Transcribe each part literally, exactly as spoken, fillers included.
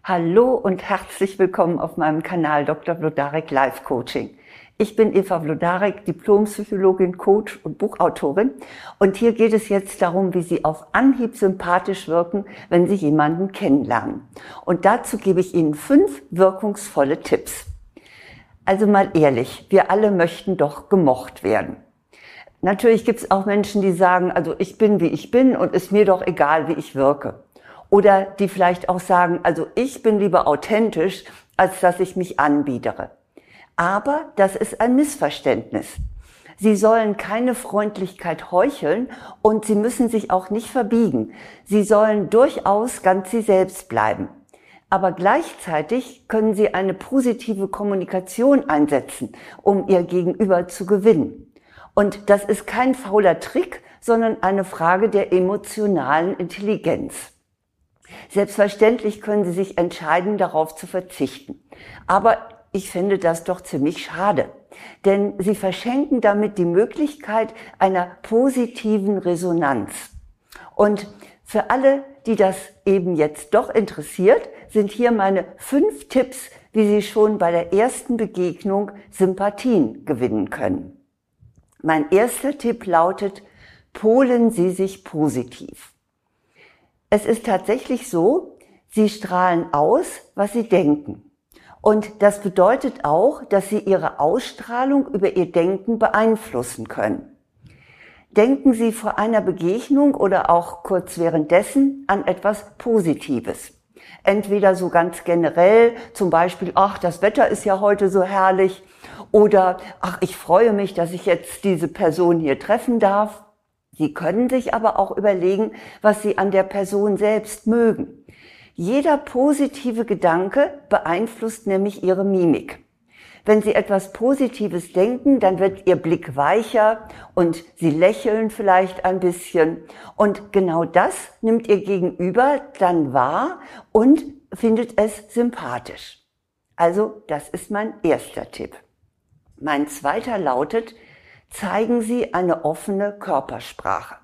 Hallo und herzlich willkommen auf meinem Kanal Doktor Wlodarek Life Coaching. Ich bin Eva Wlodarek, Diplompsychologin, Coach und Buchautorin. Und hier geht es jetzt darum, wie Sie auf Anhieb sympathisch wirken, wenn Sie jemanden kennenlernen. Und dazu gebe ich Ihnen fünf wirkungsvolle Tipps. Also mal ehrlich, wir alle möchten doch gemocht werden. Natürlich gibt es auch Menschen, die sagen, also ich bin, wie ich bin und ist mir doch egal, wie ich wirke. Oder die vielleicht auch sagen, also ich bin lieber authentisch, als dass ich mich anbiedere. Aber das ist ein Missverständnis. Sie sollen keine Freundlichkeit heucheln und Sie müssen sich auch nicht verbiegen. Sie sollen durchaus ganz Sie selbst bleiben. Aber gleichzeitig können Sie eine positive Kommunikation einsetzen, um Ihr Gegenüber zu gewinnen. Und das ist kein fauler Trick, sondern eine Frage der emotionalen Intelligenz. Selbstverständlich können Sie sich entscheiden, darauf zu verzichten. Aber ich finde das doch ziemlich schade, denn Sie verschenken damit die Möglichkeit einer positiven Resonanz. Und für alle, die das eben jetzt doch interessiert, sind hier meine fünf Tipps, wie Sie schon bei der ersten Begegnung Sympathien gewinnen können. Mein erster Tipp lautet, polen Sie sich positiv. Es ist tatsächlich so, Sie strahlen aus, was Sie denken. Und das bedeutet auch, dass Sie Ihre Ausstrahlung über Ihr Denken beeinflussen können. Denken Sie vor einer Begegnung oder auch kurz währenddessen an etwas Positives. Entweder so ganz generell, zum Beispiel, ach, das Wetter ist ja heute so herrlich, oder ach, ich freue mich, dass ich jetzt diese Person hier treffen darf. Sie können sich aber auch überlegen, was Sie an der Person selbst mögen. Jeder positive Gedanke beeinflusst nämlich Ihre Mimik. Wenn Sie etwas Positives denken, dann wird Ihr Blick weicher und Sie lächeln vielleicht ein bisschen. Und genau das nimmt Ihr Gegenüber dann wahr und findet es sympathisch. Also, das ist mein erster Tipp. Mein zweiter lautet, zeigen Sie eine offene Körpersprache.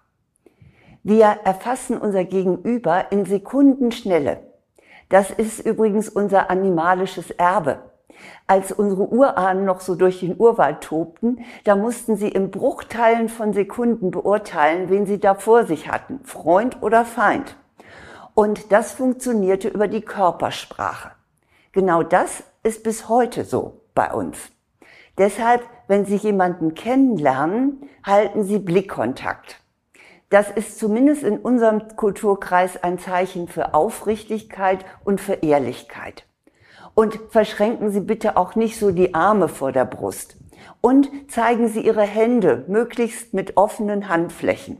Wir erfassen unser Gegenüber in Sekundenschnelle. Das ist übrigens unser animalisches Erbe. Als unsere Urahnen noch so durch den Urwald tobten, da mussten sie in Bruchteilen von Sekunden beurteilen, wen sie da vor sich hatten, Freund oder Feind. Und das funktionierte über die Körpersprache. Genau das ist bis heute so bei uns. Deshalb, wenn Sie jemanden kennenlernen, halten Sie Blickkontakt. Das ist zumindest in unserem Kulturkreis ein Zeichen für Aufrichtigkeit und für Ehrlichkeit. Und verschränken Sie bitte auch nicht so die Arme vor der Brust. Und zeigen Sie Ihre Hände, möglichst mit offenen Handflächen.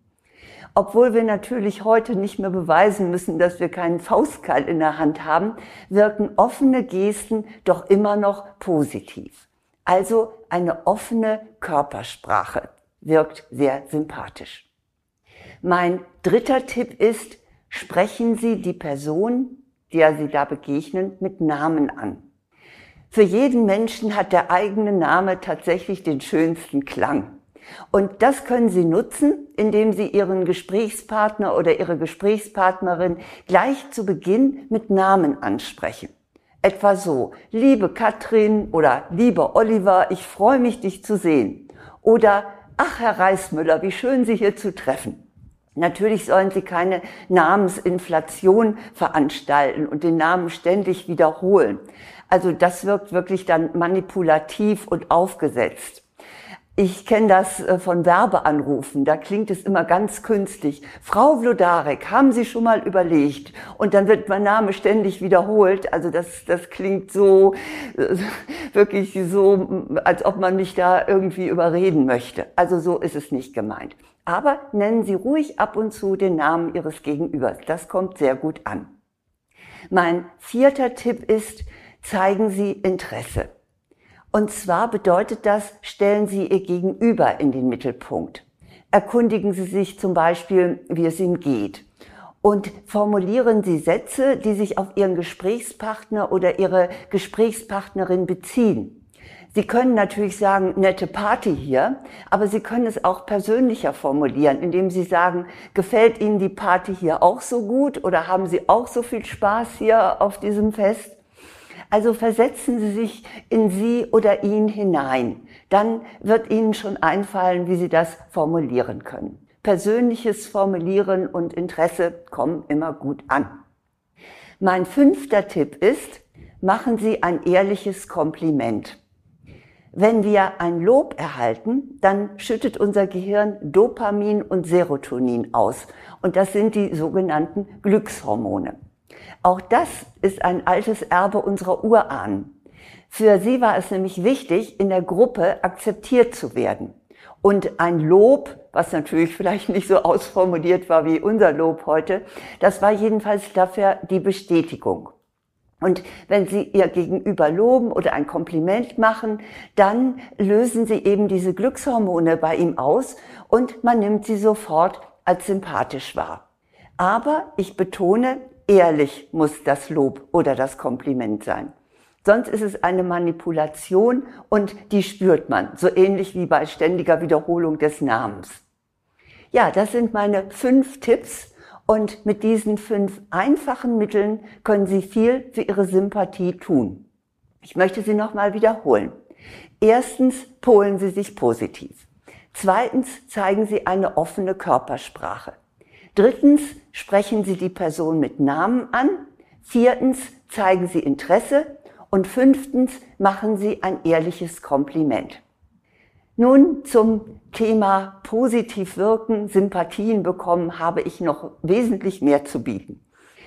Obwohl wir natürlich heute nicht mehr beweisen müssen, dass wir keinen Faustkeil in der Hand haben, wirken offene Gesten doch immer noch positiv. Also eine offene Körpersprache wirkt sehr sympathisch. Mein dritter Tipp ist, sprechen Sie die Person, der Sie da begegnen, mit Namen an. Für jeden Menschen hat der eigene Name tatsächlich den schönsten Klang. Und das können Sie nutzen, indem Sie Ihren Gesprächspartner oder Ihre Gesprächspartnerin gleich zu Beginn mit Namen ansprechen. Etwa so, liebe Katrin oder lieber Oliver, ich freue mich, dich zu sehen. Oder, ach Herr Reismüller, wie schön Sie hier zu treffen. Natürlich sollen Sie keine Namensinflation veranstalten und den Namen ständig wiederholen. Also das wirkt wirklich dann manipulativ und aufgesetzt. Ich kenne das von Werbeanrufen, da klingt es immer ganz künstlich. Frau Wlodarek, haben Sie schon mal überlegt? Und dann wird mein Name ständig wiederholt. Also das, das klingt so, wirklich so, als ob man mich da irgendwie überreden möchte. Also so ist es nicht gemeint. Aber nennen Sie ruhig ab und zu den Namen Ihres Gegenübers. Das kommt sehr gut an. Mein vierter Tipp ist, zeigen Sie Interesse. Und zwar bedeutet das, stellen Sie Ihr Gegenüber in den Mittelpunkt. Erkundigen Sie sich zum Beispiel, wie es ihm geht. Und formulieren Sie Sätze, die sich auf Ihren Gesprächspartner oder Ihre Gesprächspartnerin beziehen. Sie können natürlich sagen, nette Party hier, aber Sie können es auch persönlicher formulieren, indem Sie sagen, gefällt Ihnen die Party hier auch so gut oder haben Sie auch so viel Spaß hier auf diesem Fest? Also versetzen Sie sich in sie oder ihn hinein. Dann wird Ihnen schon einfallen, wie Sie das formulieren können. Persönliches Formulieren und Interesse kommen immer gut an. Mein fünfter Tipp ist, machen Sie ein ehrliches Kompliment. Wenn wir ein Lob erhalten, dann schüttet unser Gehirn Dopamin und Serotonin aus. Und das sind die sogenannten Glückshormone. Auch das ist ein altes Erbe unserer Urahnen. Für sie war es nämlich wichtig, in der Gruppe akzeptiert zu werden. Und ein Lob, was natürlich vielleicht nicht so ausformuliert war wie unser Lob heute, das war jedenfalls dafür die Bestätigung. Und wenn Sie Ihr Gegenüber loben oder ein Kompliment machen, dann lösen Sie eben diese Glückshormone bei ihm aus und man nimmt sie sofort als sympathisch wahr. Aber ich betone, ehrlich muss das Lob oder das Kompliment sein. Sonst ist es eine Manipulation und die spürt man, so ähnlich wie bei ständiger Wiederholung des Namens. Ja, das sind meine fünf Tipps und mit diesen fünf einfachen Mitteln können Sie viel für Ihre Sympathie tun. Ich möchte sie nochmal wiederholen. Erstens, polen Sie sich positiv. Zweitens, zeigen Sie eine offene Körpersprache. Drittens, sprechen Sie die Person mit Namen an. Viertens, zeigen Sie Interesse. Und fünftens, machen Sie ein ehrliches Kompliment. Nun zum Thema positiv wirken, Sympathien bekommen, habe ich noch wesentlich mehr zu bieten.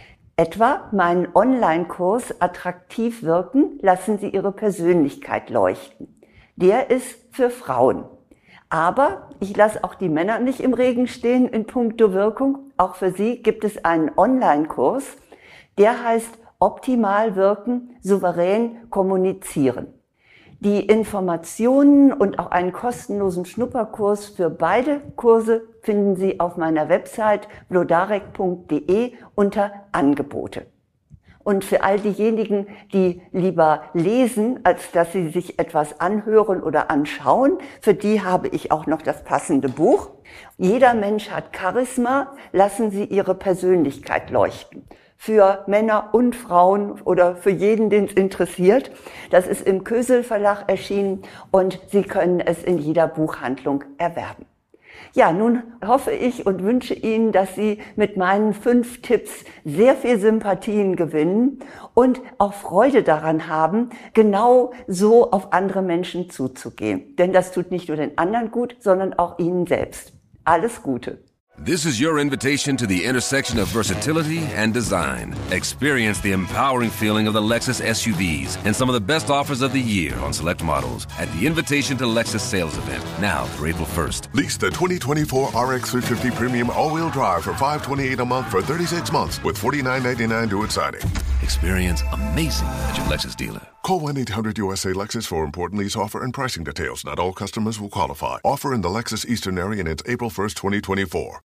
Etwa meinen Online-Kurs Attraktiv wirken, lassen Sie Ihre Persönlichkeit leuchten. Der ist für Frauen. Aber ich lasse auch die Männer nicht im Regen stehen in puncto Wirkung. Auch für sie gibt es einen Online-Kurs, der heißt Optimal wirken, souverän kommunizieren. Die Informationen und auch einen kostenlosen Schnupperkurs für beide Kurse finden Sie auf meiner Website blodarek punkt de unter Angebote. Und für all diejenigen, die lieber lesen, als dass sie sich etwas anhören oder anschauen, für die habe ich auch noch das passende Buch. Jeder Mensch hat Charisma, lassen Sie Ihre Persönlichkeit leuchten. Für Männer und Frauen oder für jeden, den es interessiert. Das ist im Kösel Verlag erschienen und Sie können es in jeder Buchhandlung erwerben. Ja, nun hoffe ich und wünsche Ihnen, dass Sie mit meinen fünf Tipps sehr viel Sympathien gewinnen und auch Freude daran haben, genau so auf andere Menschen zuzugehen. Denn das tut nicht nur den anderen gut, sondern auch Ihnen selbst. Alles Gute. This is your invitation to the intersection of versatility and design. Experience the empowering feeling of the Lexus S U Vs and some of the best offers of the year on select models at the Invitation to Lexus sales event, now through April first. Lease the twenty twenty-four R X three fifty Premium All-Wheel Drive for five hundred twenty-eight dollars a month for thirty-six months with forty-nine ninety-nine due at signing. Experience amazing at your Lexus dealer. Call one eight hundred U S A Lexus for important lease offer and pricing details. Not all customers will qualify. Offer in the Lexus Eastern area and it's April first, twenty twenty-four.